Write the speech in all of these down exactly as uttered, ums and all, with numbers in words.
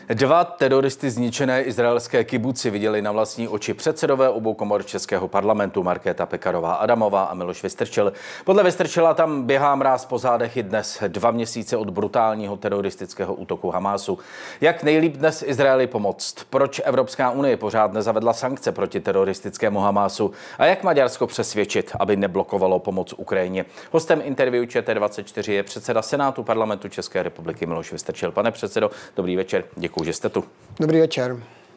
Dva teroristy zničené izraelské kibuci viděli na vlastní oči předsedové obou komor českého parlamentu Markéta Pekarová Adamová a Miloš Vystrčil. Podle Vystrčila tam běhá mráz po zádech i dnes, dva měsíce od brutálního teroristického útoku Hamásu. Jak nejlíp dnes Izraeli pomoct? Proč Evropská unie pořád nezavedla sankce proti teroristickému Hamásu? A jak Maďarsko přesvědčit, aby neblokovalo pomoc Ukrajině? Hostem interview Č T dvacet čtyři je předseda Senátu parlamentu České republiky Miloš Vystrčil. Pane předsedo, dobrý večer. Děkuji, že jste tu. Dobrý večer.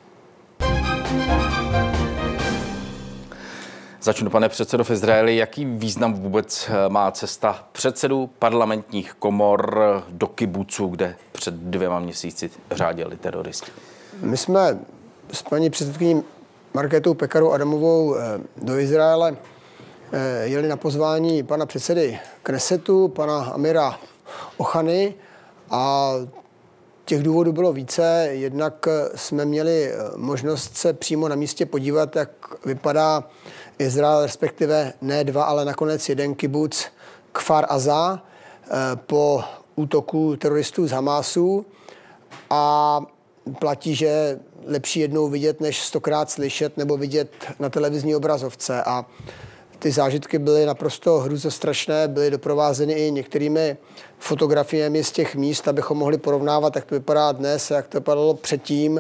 Začnu, pane předsedo, v Izraeli. Jaký význam vůbec má cesta předsedů parlamentních komor do kibucu, kde před dvěma měsíci řádili teroristi? My jsme s paní předsedkyní Markétou Pekarovou Adamovou do Izraele jeli na pozvání pana předsedy Knesetu, pana Amira Ochany, a těch důvodů bylo více. Jednak jsme měli možnost se přímo na místě podívat, jak vypadá Izrael, respektive ne dva, ale nakonec jeden kibuc Kfar Aza po útoku teroristů z Hamásu. A platí, že lepší jednou vidět, než stokrát slyšet nebo vidět na televizní obrazovce. A ty zážitky byly naprosto hrůzostrašné, byly doprovázeny i některými fotografiemi z těch míst, abychom mohli porovnávat, jak to vypadá dnes, jak to vypadalo předtím.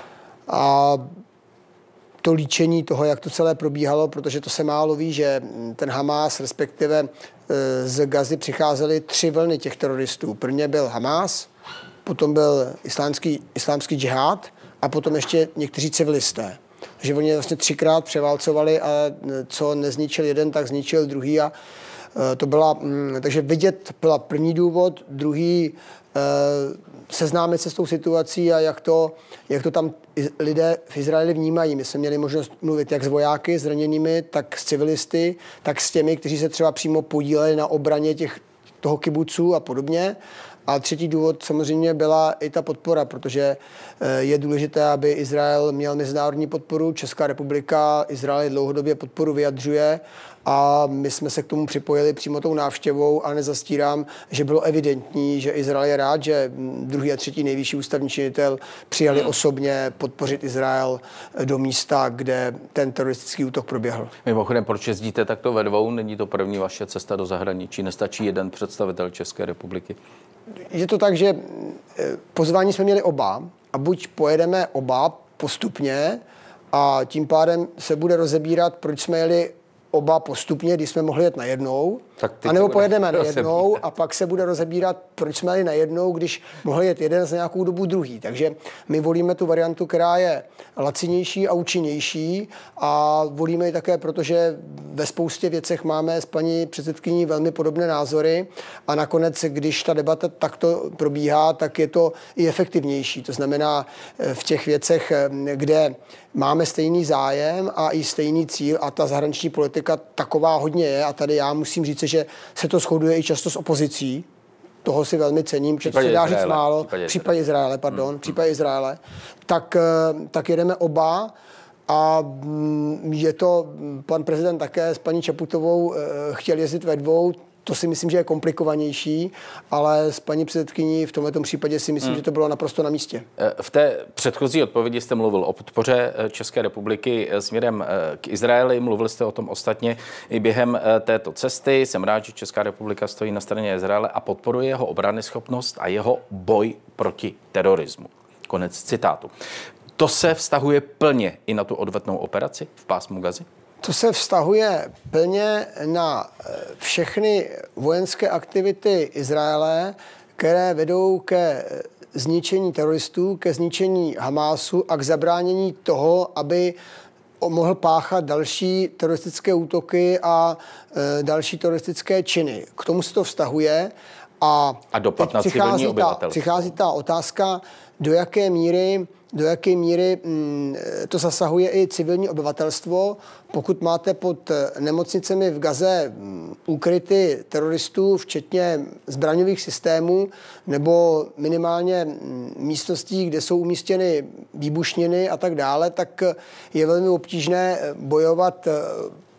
A to líčení toho, jak to celé probíhalo, protože to se málo ví, že ten Hamás, respektive z Gazy přicházely tři vlny těch teroristů. Prvně byl Hamás, potom byl islámský, islámský džihád a potom ještě někteří civilisté. Takže oni vlastně třikrát převálcovali a co nezničil jeden, tak zničil druhý. A to byla, takže vidět byla první důvod, druhý seznámit se s tou situací a jak to, jak to tam lidé v Izraeli vnímají. My jsme měli možnost mluvit jak s vojáky zraněnými, tak s civilisty, tak s těmi, kteří se třeba přímo podíleli na obraně těch, toho kibucu a podobně. A třetí důvod samozřejmě byla i ta podpora, protože je důležité, aby Izrael měl mezinárodní podporu. Česká republika Izraeli dlouhodobě podporu vyjadřuje a my jsme se k tomu připojili přímo tou návštěvou a nezastírám, že bylo evidentní, že Izrael je rád, že druhý a třetí nejvyšší ústavní činitel přijali hmm. osobně podpořit Izrael do místa, kde ten teroristický útok proběhl. Mimochodem, proč jezdíte takto ve dvou? Není to první vaše cesta do zahraničí? Nestačí jeden představitel České republiky? Je to tak, že pozvání jsme měli oba a buď pojedeme oba postupně a tím pádem se bude rozebírat, proč jsme jeli oba postupně, když jsme mohli jet najednou, a nebo pojedeme najednou a pak se bude rozebírat, proč jsme jeli najednou, když mohli jet jeden za nějakou dobu druhý. Takže my volíme tu variantu, která je lacinější a účinnější a volíme ji také, protože ve spoustě věcech máme s paní předsedkyní velmi podobné názory a nakonec, když ta debata takto probíhá, tak je to i efektivnější. To znamená v těch věcech, kde máme stejný zájem a i stejný cíl a ta zahraniční politika taková hodně je a tady já musím říct, že se to shoduje i často s opozicí. Toho si velmi cením, že to se dá říct málo. V případě Izraele, pardon, v případě Izraele. Tak, tak jedeme oba a je to, pan prezident také s paní Čaputovou chtěl jezdit ve dvou. To si myslím, že je komplikovanější, ale s paní předsedkyní v tomto případě si myslím, hmm. že to bylo naprosto na místě. V té předchozí odpovědi jste mluvil o podpoře České republiky směrem k Izraeli. Mluvil jste o tom ostatně i během této cesty. Jsem rád, že Česká republika stojí na straně Izraele a podporuje jeho obranyschopnost a jeho boj proti terorismu. Konec citátu. To se vztahuje plně i na tu odvetnou operaci v pásmu Gazy? To se vztahuje plně na všechny vojenské aktivity Izraele, které vedou ke zničení teroristů, ke zničení Hamásu a k zabránění toho, aby mohl páchat další teroristické útoky a e, další teroristické činy. K tomu se to vztahuje a, a dopad na civilní obyvatelstvo. Přichází ta otázka, do jaké míry do jaké míry to zasahuje i civilní obyvatelstvo. Pokud máte pod nemocnicemi v Gaze úkryty teroristů, včetně zbraňových systémů, nebo minimálně místností, kde jsou umístěny výbušniny a tak dále, tak je velmi obtížné bojovat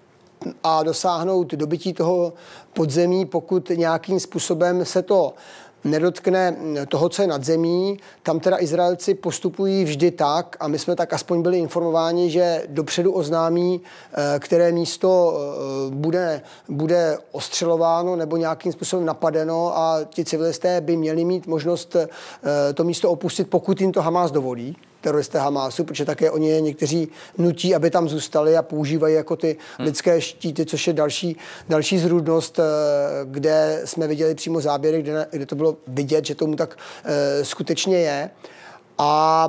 a dosáhnout dobytí toho podzemí, pokud nějakým způsobem se to nedotkne toho, co je nad zemí. Tam teda Izraelci postupují vždy tak, a my jsme tak aspoň byli informováni, že dopředu oznámí, které místo bude, bude ostřelováno nebo nějakým způsobem napadeno, a ti civilisté by měli mít možnost to místo opustit, pokud jim to Hamás dovolí, teroristé Hamásu, protože také oni je někteří nutí, aby tam zůstali a používají jako ty hmm. lidské štíty, což je další, další zrůdnost, kde jsme viděli přímo záběry, kde, kde to bylo vidět, že tomu tak e, skutečně je. A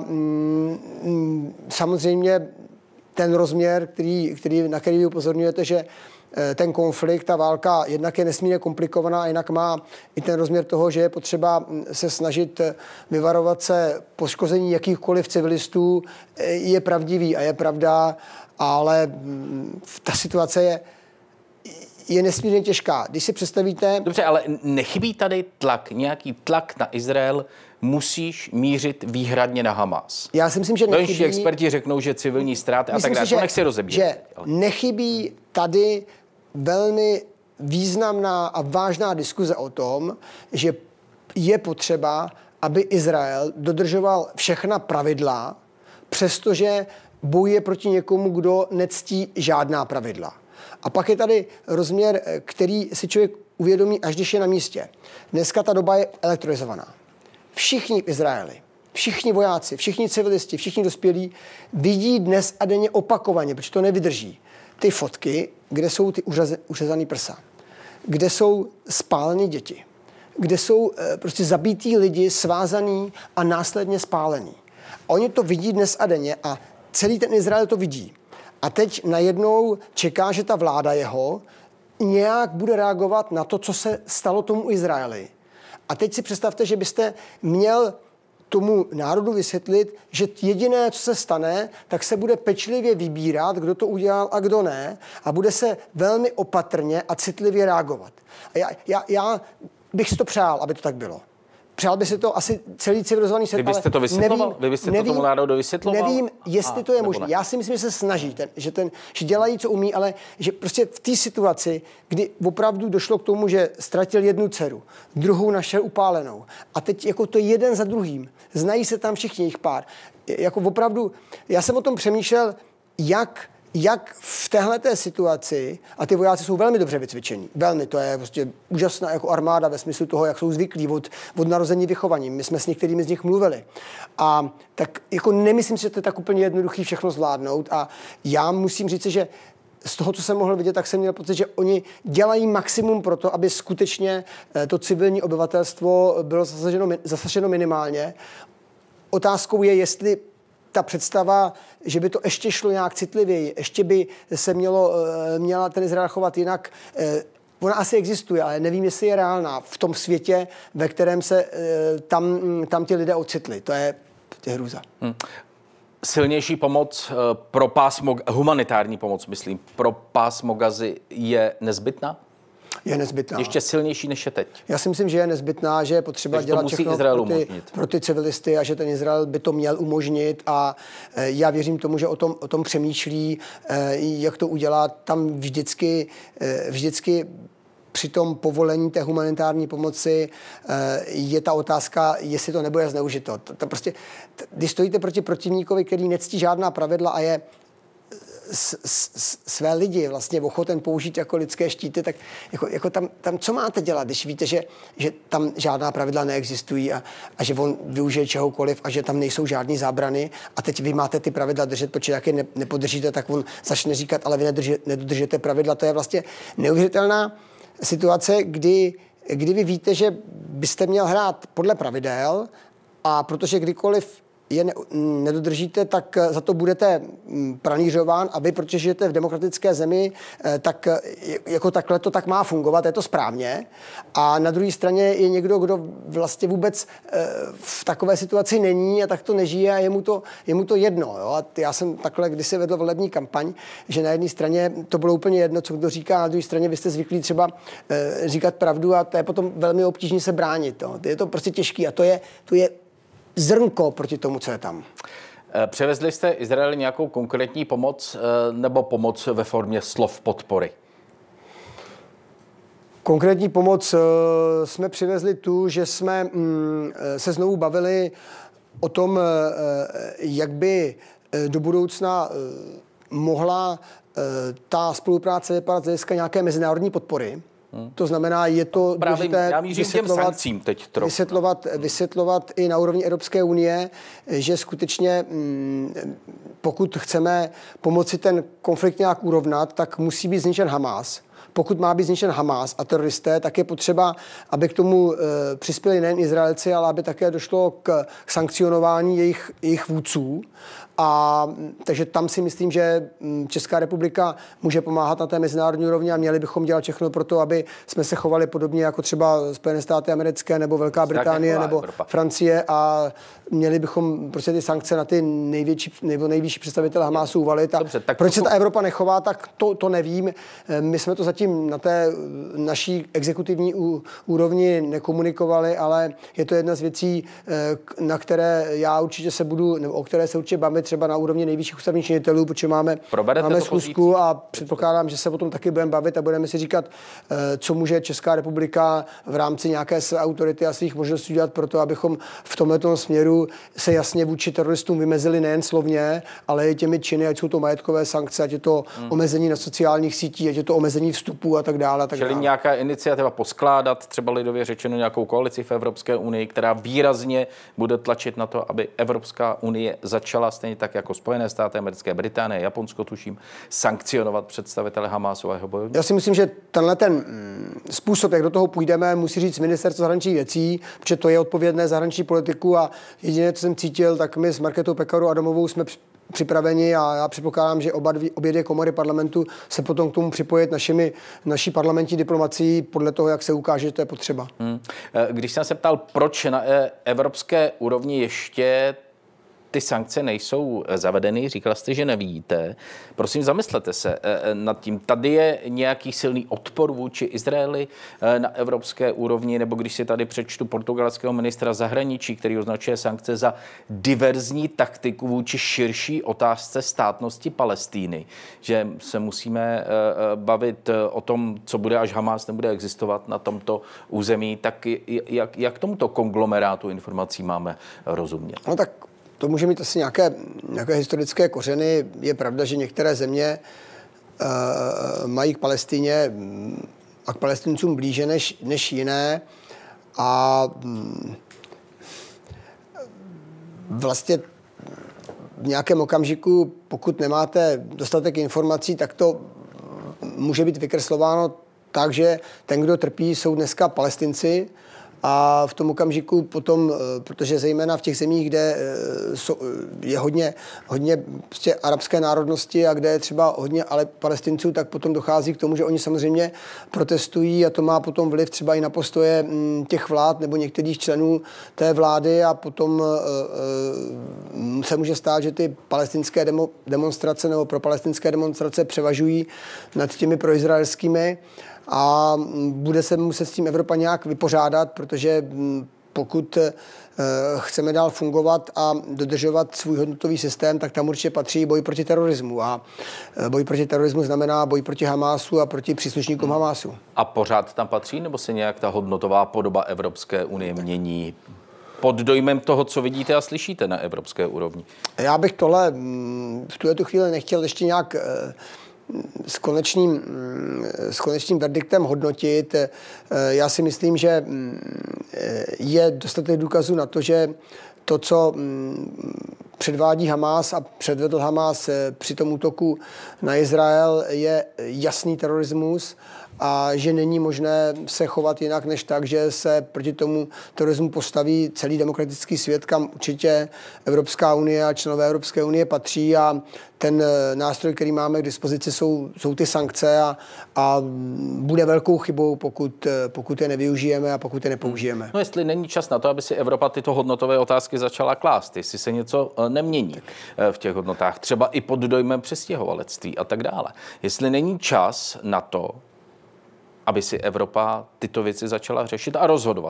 mm, samozřejmě ten rozměr, který, který, na který vy upozorňujete, že ten konflikt, ta válka jednak je nesmírně komplikovaná, a jinak má i ten rozměr toho, že je potřeba se snažit vyvarovat se poškození jakýchkoliv civilistů, je pravdivý a je pravda, ale ta situace je, je nesmírně těžká. Když si představíte... Dobře, ale nechybí tady tlak, nějaký tlak na Izrael, musíš mířit výhradně na Hamás? Já si myslím, že nechybí... Vojenští experti řeknou, že civilní ztráty a tak dále. To nechci rozebírat. Že nechybí tady velmi významná a vážná diskuze o tom, že je potřeba, aby Izrael dodržoval všechna pravidla, přestože bojuje proti někomu, kdo nectí žádná pravidla. A pak je tady rozměr, který si člověk uvědomí, až když je na místě. Dneska ta doba je elektrizovaná. Všichni v Izraeli, všichni vojáci, všichni civilisti, všichni dospělí vidí dnes a denně opakovaně, protože to nevydrží, ty fotky, kde jsou ty uřezaný prsa, kde jsou spálené děti, kde jsou e, prostě zabítí lidi, svázaný a následně spálení. Oni to vidí dnes a denně a celý ten Izrael to vidí. A teď najednou čeká, že ta vláda jeho nějak bude reagovat na to, co se stalo tomu Izraeli. A teď si představte, že byste měl tomu národu vysvětlit, že jediné, co se stane, tak se bude pečlivě vybírat, kdo to udělal a kdo ne, a bude se velmi opatrně a citlivě reagovat. A já, já, já bych si to přál, aby to tak bylo. Přál by si to asi celý civilizovaný svět. Vy byste to vysvětloval? Nevím, Vy byste nevím, to tomu národu vysvětloval? Nevím, jestli a, to je možné. Já si myslím, že se snaží, ten, že, ten, že dělají, co umí, ale že prostě v té situaci, kdy opravdu došlo k tomu, že ztratil jednu dceru, druhou našel upálenou, a teď jako to jeden za druhým, znají se tam všichni jich pár. Jako opravdu, já jsem o tom přemýšlel, jak jak v téhleté situaci, a ty vojáci jsou velmi dobře vycvičení, velmi, to je prostě úžasná jako armáda ve smyslu toho, jak jsou zvyklí od, od narození vychovaní. My jsme s některými z nich mluvili. A tak jako nemyslím si, že to je tak úplně jednoduchý všechno zvládnout, a já musím říct, že z toho, co jsem mohl vidět, tak jsem měl pocit, že oni dělají maximum pro to, aby skutečně to civilní obyvatelstvo bylo zasaženo, zasaženo minimálně. Otázkou je, jestli ta představa, že by to ještě šlo nějak citlivěji, ještě by se mělo, měla ten Izrael chovat jinak, ona asi existuje, ale nevím, jestli je reálná v tom světě, ve kterém se tam, tam ti lidé ocitli. To je, to je hrůza. Hmm. Silnější pomoc pro pásmo, humanitární pomoc, myslím, pro pásmo Gazy je nezbytná? Je nezbytná. Ještě silnější, než je teď. Já si myslím, že je nezbytná, že je potřeba Takže dělat všechno pro ty, pro ty civilisty a že ten Izrael by to měl umožnit, a já věřím tomu, že o tom, o tom přemýšlí, jak to udělat. Tam vždycky, vždycky při tom povolení té humanitární pomoci je ta otázka, jestli to nebude zneužito. To, to prostě, když stojíte proti protivníkovi, který nectí žádná pravidla a je S, s, své lidi vlastně ochoten použít jako lidské štíty, tak jako, jako tam, tam co máte dělat, když víte, že, že tam žádná pravidla neexistují a, a že on využije čehokoliv a že tam nejsou žádný zábrany, a teď vy máte ty pravidla držet, protože jak je ne, nepodržíte, tak on začne říkat, ale vy nedrži, nedodržíte pravidla. To je vlastně neuvěřitelná situace, kdy, kdy vy víte, že byste měl hrát podle pravidel, a protože kdykoliv je ne, nedodržíte, tak za to budete pranířován, a vy, protože žijete v demokratické zemi, tak jako takhle to tak má fungovat, je to správně. A na druhé straně je někdo, kdo vlastně vůbec v takové situaci není a tak to nežije, a je mu to, je mu to jedno. Jo? A já jsem takhle kdysi vedl volební kampaň, že na jedné straně to bylo úplně jedno, co kdo říká, a na druhé straně vy jste zvyklí třeba říkat pravdu, a to je potom velmi obtížné se bránit. Jo? Je to prostě těžký, a to je, to je zrnko proti tomu, co je tam. Převezli jste Izraeli nějakou konkrétní pomoc nebo pomoc ve formě slov podpory? Konkrétní pomoc jsme přivezli tu, že jsme se znovu bavili o tom, jak by do budoucna mohla ta spolupráce vypadat z hlediska nějaké mezinárodní podpory. Hmm. To znamená, je to důležité vysvětlovat, teď vysvětlovat, vysvětlovat i na úrovni Evropské unie, že skutečně pokud chceme pomoci ten konflikt nějak urovnat, tak musí být zničen Hamás. Pokud má být zničen Hamás a teroristé, tak je potřeba, aby k tomu e, přispěli nejen Izraelci, ale aby také došlo k sankcionování jejich, jejich vůdců. A takže tam si myslím, že Česká republika může pomáhat na té mezinárodní úrovni a měli bychom dělat všechno pro to, aby jsme se chovali podobně jako třeba Spojené státy americké nebo Velká Británie nebo Evropa. Francie a měli bychom prostě ty sankce na ty největší nebo nejvyšší představitele Hamásu uvalit. A Dobře, proč se ta Evropa nechová, tak to, to nevím. My jsme to zatím na té naší exekutivní úrovni nekomunikovali, ale je to jedna z věcí, na které já určitě se budu, nebo o které se určitě bavit třeba na úrovni nejvyšších ústavních činitelů, protože máme, máme schůzku a předpokládám, že se o tom taky budeme bavit a budeme si říkat, co může Česká republika v rámci nějaké své autority a svých možností dělat pro to, abychom v tomto směru se jasně vůči teroristům vymezili nejen slovně, ale i těmi činy, ať jsou to majetkové sankce, ať je to hmm. omezení na sociálních sítích, ať je to omezení vstupů a tak dále. A tak Čili dále. Nějaká iniciativa poskládat, třeba lidově řečeno nějakou koalici v Evropské unii, která výrazně bude tlačit na to, aby Evropská unie začala stejně tak jako Spojené státy americké, Británie, Japonsko, tuším, sankcionovat představitele Hamásu a jeho bojovníků? Já si myslím, že tenhle ten způsob, jak do toho půjdeme, musí říct ministerstvo zahraničních věcí, protože to je odpovědné zahraniční politiku a jediné, co jsem cítil, tak my s Markétou Pekarovou Adamovou jsme připraveni a já předpokládám, že oba dvě, obě dvě komory parlamentu se potom k tomu připojit našimi, naší parlamentní diplomacií podle toho, jak se ukáže, že to je potřeba. Hmm. Když jsem se ptal, proč na evropské úrovni ještě ty sankce nejsou zavedeny, říkala jste, že nevíte. Prosím, zamyslete se nad tím. Tady je nějaký silný odpor vůči Izraeli na evropské úrovni, nebo když si tady přečtu portugalského ministra zahraničí, který označuje sankce za diverzní taktiku vůči širší otázce státnosti Palestíny, že se musíme bavit o tom, co bude, až Hamás nebude existovat na tomto území, tak jak, jak tomuto konglomerátu informací máme rozumět? No tak to může mít asi nějaké, nějaké historické kořeny. Je pravda, že některé země uh, mají k Palestině a k Palestincům blíže než, než jiné. A um, vlastně v nějakém okamžiku, pokud nemáte dostatek informací, tak to může být vykreslováno tak, že ten, kdo trpí, jsou dneska Palestinci. A v tom okamžiku potom, protože zejména v těch zemích, kde je hodně, hodně prostě arabské národnosti a kde je třeba hodně ale Palestinců, tak potom dochází k tomu, že oni samozřejmě protestují a to má potom vliv třeba i na postoje těch vlád nebo některých členů té vlády a potom se může stát, že ty palestinské demo, demonstrace nebo propalestinské demonstrace převažují nad těmi proizraelskými. A bude se muset s tím Evropa nějak vypořádat, protože pokud chceme dál fungovat a dodržovat svůj hodnotový systém, tak tam určitě patří boj proti terorismu. A boj proti terorismu znamená boj proti Hamásu a proti příslušníkům Hamásu. A pořád tam patří, nebo se nějak ta hodnotová podoba Evropské unie mění pod dojmem toho, co vidíte a slyšíte na evropské úrovni? Já bych tohle v tuhle chvíli nechtěl ještě nějak s konečným, s konečným verdiktem hodnotit. Já si myslím, že je dostatek důkazů na to, že to, co předvádí Hamás a předvedl Hamás při tom útoku na Izrael, je jasný terorismus a že není možné se chovat jinak než tak, že se proti tomu terorismu postaví celý demokratický svět, kam určitě Evropská unie a členové Evropské unie patří a ten nástroj, který máme k dispozici, jsou, jsou ty sankce a, a bude velkou chybou, pokud, pokud je nevyužijeme a pokud je nepoužijeme. No jestli není čas na to, aby si Evropa tyto hodnotové otázky začala klást, jestli se něco nemění v těch hodnotách, třeba i pod dojmem přestěhovalectví a tak dále. Jestli není čas na to, aby si Evropa tyto věci začala řešit a rozhodovat.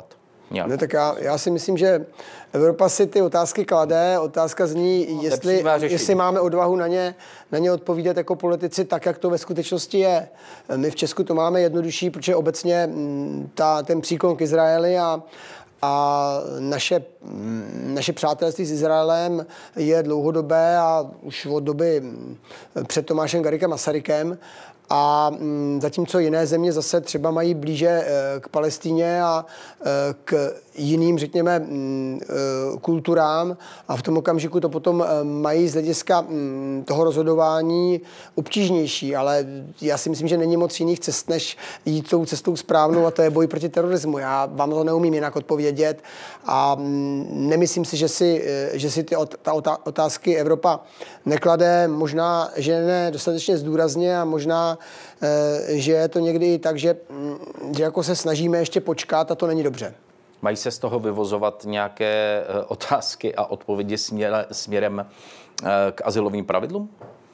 Ne, tak já, já si myslím, že Evropa si ty otázky klade. Otázka zní, no, jestli, jestli máme odvahu na ně, na ně odpovídat jako politici tak, jak to ve skutečnosti je. My v Česku to máme jednodušší, protože obecně ta, ten příklon k Izraeli a A naše, naše přátelství s Izraelem je dlouhodobé a už od doby před Tomášem Garriguem Masarykem. A zatímco jiné země zase třeba mají blíže k Palestíně a k jiným, řekněme, kulturám a v tom okamžiku to potom mají z hlediska toho rozhodování obtížnější, ale já si myslím, že není moc jiných cest, než jít tou cestou správnou a to je boj proti terorismu. Já vám to neumím jinak odpovědět a nemyslím si, že si, že si ty otázky Evropa neklade, možná, že ne dostatečně zdůrazně a možná, že je to někdy tak, že, že jako se snažíme ještě počkat a to není dobře. Mají se z toho vyvozovat nějaké otázky a odpovědi směr, směrem k azylovým pravidlům?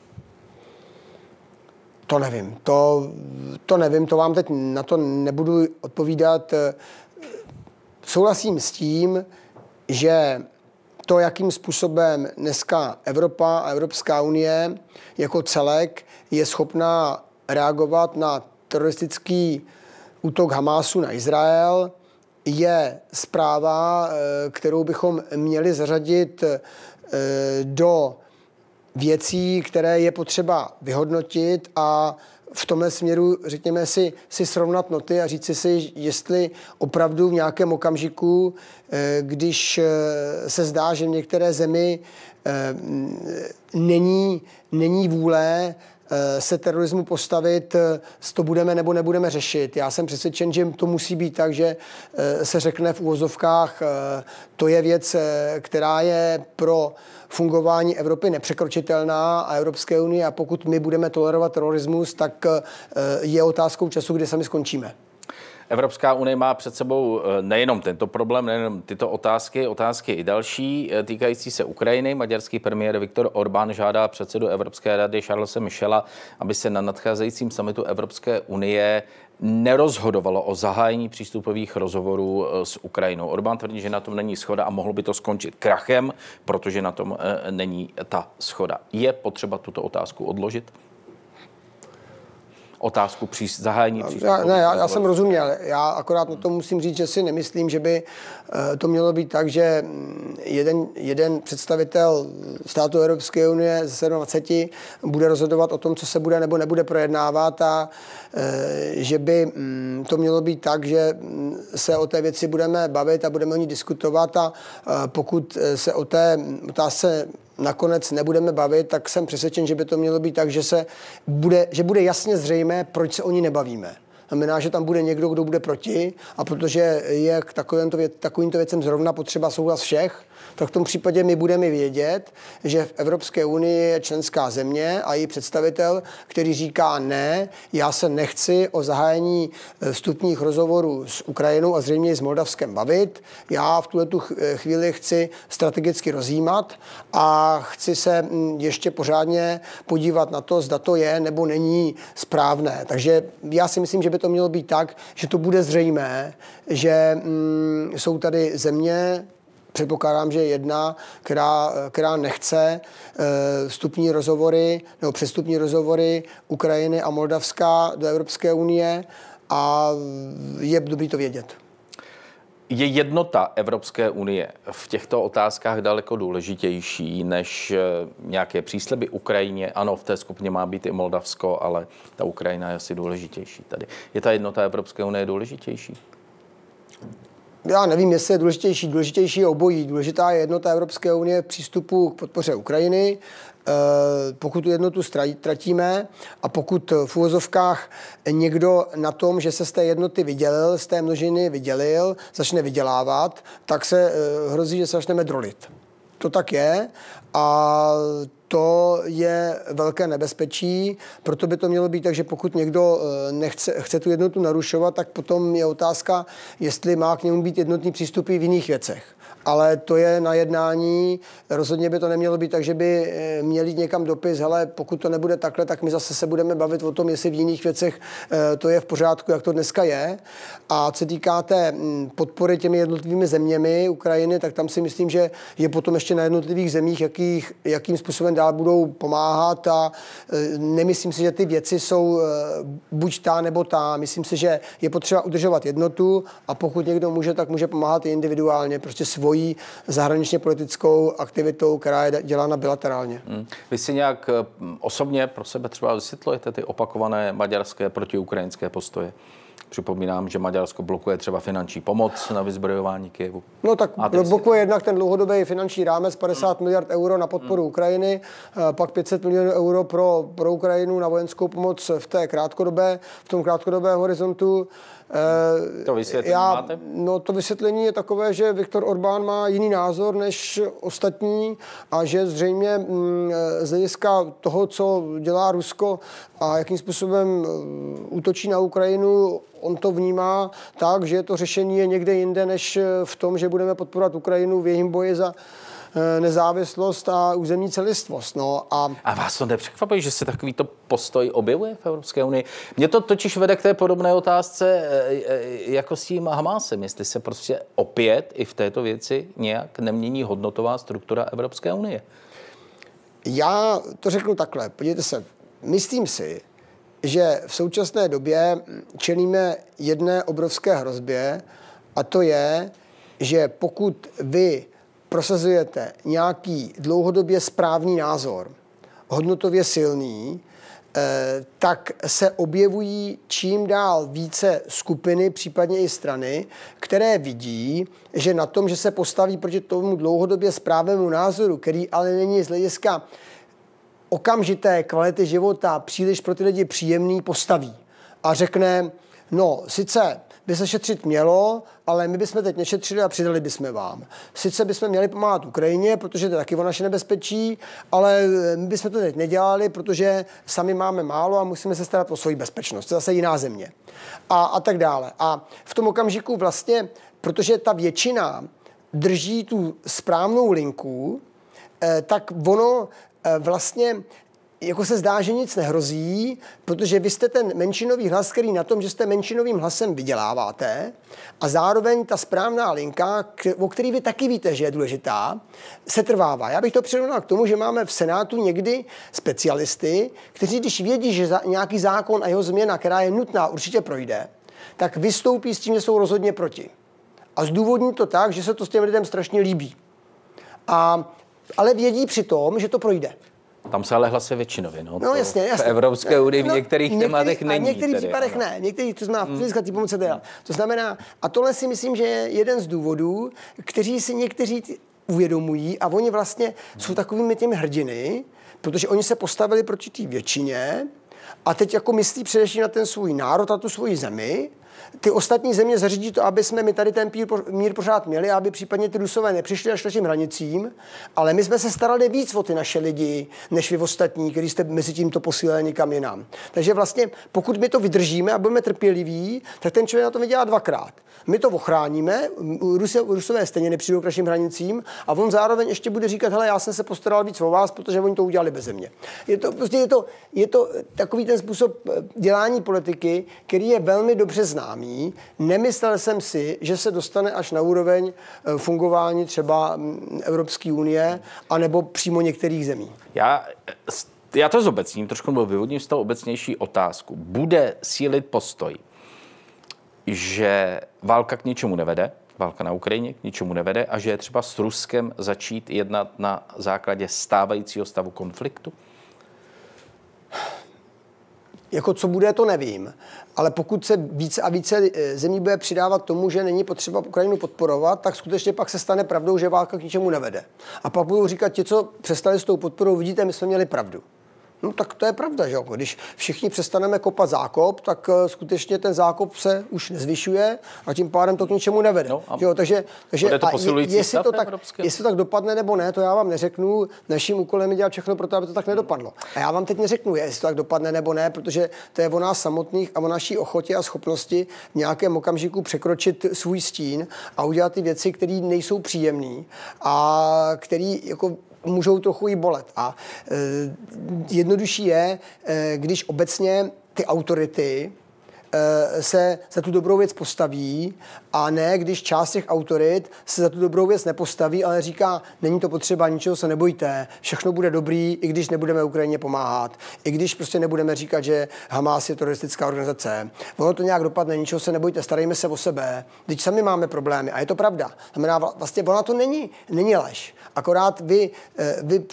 To nevím. To, to nevím, to vám teď na to nebudu odpovídat. Souhlasím s tím, že to, jakým způsobem dneska Evropa a Evropská unie jako celek je schopná reagovat na teroristický útok Hamásu na Izrael, je zpráva, kterou bychom měli zařadit do věcí, které je potřeba vyhodnotit a v tomhle směru, řekněme si, si srovnat noty a říct si, jestli opravdu v nějakém okamžiku, když se zdá, že v některé zemi není, není vůle se terorismu postavit, to budeme nebo nebudeme řešit. Já jsem přesvědčen, že to musí být tak, že se řekne v uvozovkách, to je věc, která je pro fungování Evropy nepřekročitelná a Evropské unie a pokud my budeme tolerovat terorismus, tak je otázkou času, kdy sami skončíme. Evropská unie má před sebou nejenom tento problém, nejenom tyto otázky, otázky i další, týkající se Ukrajiny. Maďarský premiér Viktor Orbán žádá předsedu Evropské rady Charlese Michela, aby se na nadcházejícím summitu Evropské unie nerozhodovalo o zahájení přístupových rozhovorů s Ukrajinou. Orbán tvrdí, že na tom není shoda a mohlo by to skončit krachem, protože na tom není ta shoda. Je potřeba tuto otázku odložit? Otázku při zahájení přístupu. Ne, já, já jsem rozuměl. Já akorát na to musím říct, že si nemyslím, že by to mělo být tak, že jeden, jeden představitel státu Evropské unie ze dvacet sedm bude rozhodovat o tom, co se bude nebo nebude projednávat a že by to mělo být tak, že se o té věci budeme bavit a budeme o ní diskutovat a pokud se o té otázce nakonec nebudeme bavit, tak jsem přesvědčen, že by to mělo být tak, že, se bude, že bude jasně zřejmé, proč se o ní nebavíme. Znamená, že tam bude někdo, kdo bude proti a protože je k takovýmto, věc, takovýmto věcem zrovna potřeba souhlas všech, tak v tom případě my budeme vědět, že v Evropské unii je členská země a její představitel, který říká ne, já se nechci o zahájení vstupních rozhovorů s Ukrajinou a zřejmě i s Moldavskem bavit. Já v tuhletu chvíli chci strategicky rozjímat a chci se ještě pořádně podívat na to, zda to je nebo není správné. Takže já si myslím, že by to mělo být tak, že to bude zřejmé, že mm, jsou tady země, předpokládám, že jedna, která, která nechce vstupní rozhovory nebo přestupní rozhovory Ukrajiny a Moldavska do Evropské unie a je dobré to vědět. Je jednota Evropské unie v těchto otázkách daleko důležitější než nějaké přísliby Ukrajině? Ano, v té skupině má být i Moldavsko, ale ta Ukrajina je asi důležitější tady. Je ta jednota Evropské unie důležitější? Já nevím, jestli je důležitější. Důležitější je obojí. Důležitá je jednota Evropské unie v přístupu k podpoře Ukrajiny. Pokud tu jednotu ztratíme a pokud v uvozovkách někdo na tom, že se z té jednoty vydělil, z té množiny vydělil, začne vydělávat, tak se hrozí, že se začneme drolit. To tak je a to je velké nebezpečí, proto by to mělo být tak, že pokud někdo nechce, chce tu jednotu narušovat, tak potom je otázka, jestli má k němu být jednotný přístup i v jiných věcech. Ale to je na jednání. Rozhodně by to nemělo být tak, že by měli někam dopis, hele, pokud to nebude takhle, tak my zase se budeme bavit o tom, jestli v jiných věcech to je v pořádku, jak to dneska je. A co týká té podpory těmi jednotlivými zeměmi Ukrajiny, tak tam si myslím, že je potom ještě na jednotlivých zemích, jakých, jakým způsobem dál budou pomáhat a nemyslím si, že ty věci jsou buď ta nebo ta. Myslím si, že je potřeba udržovat jednotu a pokud někdo může, tak může pomáhat i individuálně, prostě svojí zahraničně politickou aktivitou, která je dělána bilaterálně. Hmm. Vy si nějak osobně pro sebe třeba vysvětlujete ty opakované maďarské protiukrajinské postoje? Připomínám, že Maďarsko blokuje třeba finanční pomoc na vyzbrojování Kyjevu. No tak blokuje jednak ten dlouhodobý finanční rámec padesát hmm. miliard euro na podporu hmm. Ukrajiny, pak pět set milionů euro pro, pro Ukrajinu na vojenskou pomoc v té krátkodobé, v tom krátkodobém horizontu. To vysvětlení Já, máte? No to vysvětlení je takové, že Viktor Orbán má jiný názor než ostatní a že zřejmě mm, z hlediska toho, co dělá Rusko a jakým způsobem útočí na Ukrajinu, on to vnímá tak, že to řešení je někde jinde, než v tom, že budeme podporovat Ukrajinu v jejím boji za nezávislost a územní celistvost. No a... a vás to nepřekvapuje, že se takovýto postoj objevuje v Evropské unii? Mě to totiž vede k té podobné otázce jako s tím Hamásem, jestli se prostě opět i v této věci nějak nemění hodnotová struktura Evropské unie. Já to řeknu takhle. Podívejte se, myslím si, že v současné době čelíme jedné obrovské hrozbě a to je, že pokud vy prosazujete nějaký dlouhodobě správný názor, hodnotově silný, eh, tak se objevují čím dál více skupiny, případně i strany, které vidí, že na tom, že se postaví proti tomu dlouhodobě správnému názoru, který ale není z hlediska okamžité kvality života příliš pro ty lidi příjemný, postaví a řekne, no sice by se šetřit mělo, ale my bychom teď nešetřili a přidali bychom vám. Sice bychom měli pomáhat Ukrajině, protože to je taky o naše nebezpečí, ale my bychom to teď nedělali, protože sami máme málo a musíme se starat o svoji bezpečnost. To je zase jiná země. A, a tak dále. A v tom okamžiku vlastně, protože ta většina drží tu správnou linku, eh, tak ono eh, vlastně jako se zdá, že nic nehrozí, protože vy jste ten menšinový hlas, který na tom, že jste menšinovým hlasem vyděláváte a zároveň ta správná linka, o který vy taky víte, že je důležitá, se trvává. Já bych to přirovnal k tomu, že máme v Senátu někdy specialisty, kteří když vědí, že za nějaký zákon a jeho změna, která je nutná, určitě projde, tak vystoupí s tím, že jsou rozhodně proti. A zdůvodní to tak, že se to s těm lidem strašně líbí. A, ale vědí přitom, že to projde. Tam se ale hlasuje většinově, no. No jasně, jasně. V Evropské unii v no, některých některý, tématech není. A v některých tedy, případech ano. ne. Některých, to znamená, v fyzické pomoci dělat. To znamená, a tohle si myslím, že je jeden z důvodů, kteří si někteří uvědomují a oni vlastně jsou takovými těmi hrdiny, protože oni se postavili proti té většině a teď jako myslí především na ten svůj národ a tu svoji zemi. Ty ostatní země zařídí to, aby jsme my tady ten mír pořád měli, aby případně ty Rusové nepřišli až k našim hranicím, ale my jsme se starali víc o ty naše lidi, než vy ostatní, kteří jste mezi tím to posílali někam jinam. Takže vlastně, pokud my to vydržíme a budeme trpěliví, tak ten člověk na to vydělá dvakrát. My to ochráníme, Rusové stejně nepřijdou k našim hranicím a on zároveň ještě bude říkat, hele, já jsem se postaral víc o vás, protože oni to udělali beze mě. Je to, prostě je to, je to takový ten způsob dělání politiky, který je velmi dobře známý. Nemyslel jsem si, že se dostane až na úroveň fungování třeba Evropské unie anebo přímo některých zemí. Já, já to zobecním, trošku byl vyvodním z toho obecnější otázku. Bude sílit postoj, že válka k ničemu nevede, válka na Ukrajině k ničemu nevede a že je třeba s Ruskem začít jednat na základě stávajícího stavu konfliktu? Jako co bude, to nevím. Ale pokud se více a více zemí bude přidávat tomu, že není potřeba Ukrajinu podporovat, tak skutečně pak se stane pravdou, že válka k ničemu nevede. A pak budou říkat ti, co přestali s tou podporou, vidíte, my jsme měli pravdu. No tak to je pravda, že jo? Když všichni přestaneme kopat zákop, tak skutečně ten zákop se už nezvyšuje a tím pádem to k ničemu nevede. No, že jo? Takže, takže to a jestli, to tak, jestli to tak dopadne nebo ne, to já vám neřeknu. Naším úkolem je dělat všechno pro to, aby to tak nedopadlo. A já vám teď neřeknu, jestli to tak dopadne nebo ne, protože to je o nás samotných a o naší ochotě a schopnosti v nějakém okamžiku překročit svůj stín a udělat ty věci, které nejsou příjemné a které jako můžou trochu i bolet. A e, jednodušší je, e, když obecně ty autority e, se za tu dobrou věc postaví a ne, když část těch autorit se za tu dobrou věc nepostaví, ale říká, není to potřeba, ničeho se nebojte, všechno bude dobrý, i když nebudeme Ukrajině pomáhat, i když prostě nebudeme říkat, že Hamas je teroristická organizace. Ono to nějak dopadne, ničeho se nebojte, starejme se o sebe, když sami máme problémy. A je to pravda. Znamená, vlastně ona to není, není lež. Akorát vy, vy,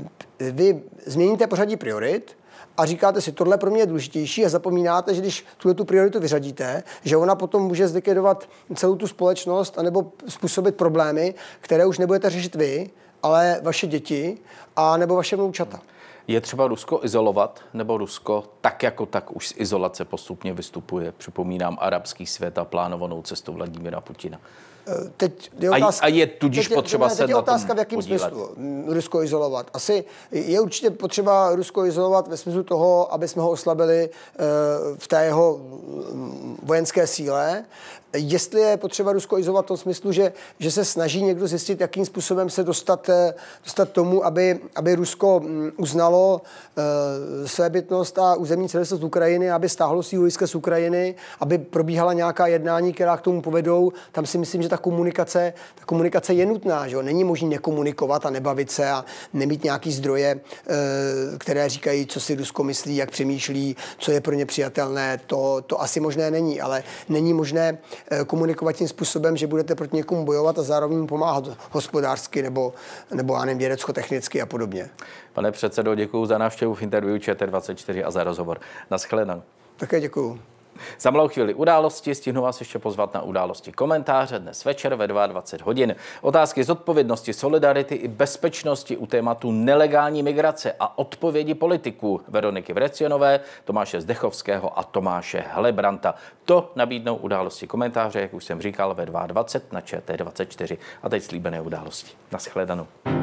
vy změníte pořadí priorit a říkáte si, tohle pro mě je důležitější a zapomínáte, že když tuhle tu prioritu vyřadíte, že ona potom může zlikvidovat celou tu společnost anebo způsobit problémy, které už nebudete řešit vy, ale vaše děti a nebo vaše vnoučata. Je třeba Rusko izolovat, nebo Rusko tak jako tak už z izolace postupně vystupuje? Připomínám arabský svět a plánovanou cestu Vladimira Putina. Teď je otázka, a je tudíž teď potřeba teď se je na otázka, tom v jakém podílet. smyslu Rusko izolovat. Asi je určitě potřeba Rusko izolovat ve smyslu toho, aby jsme ho oslabili v té jeho vojenské síle. Jestli je potřeba Rusko izolovat v tom smyslu, že, že se snaží někdo zjistit, jakým způsobem se dostat, dostat tomu, aby, aby Rusko uznalo uh, svébytnost a územní celistvost Ukrajiny, aby stáhlo svý vojska z Ukrajiny, aby probíhala nějaká jednání, která k tomu povedou. Tam si myslím, že ta komunikace, ta komunikace je nutná. Že jo? Není možné nekomunikovat a nebavit se a nemít nějaký zdroje, uh, které říkají, co si Rusko myslí, jak přemýšlí, co je pro ně přijatelné. To, to asi možné není, ale není možné komunikovat tím způsobem, že budete proti někomu bojovat a zároveň mu pomáhat hospodářsky nebo, nebo já nevím, vědecko-technicky a podobně. Pane předsedo, děkuji za návštěvu v interview Č T dvacet čtyři a za rozhovor. Naschledanou. Také děkuji. Za malou chvíli události, stihnu vás ještě pozvat na události komentáře dnes večer ve dvacet dva hodin. Otázky z odpovědnosti, solidarity i bezpečnosti u tématu nelegální migrace a odpovědi politiků Veroniky Vrecionové, Tomáše Zdechovského a Tomáše Helebranta. To nabídnou události komentáře, jak už jsem říkal, ve dvacet dva na Č T dvacet čtyři. A teď slíbené události. Naschledanou.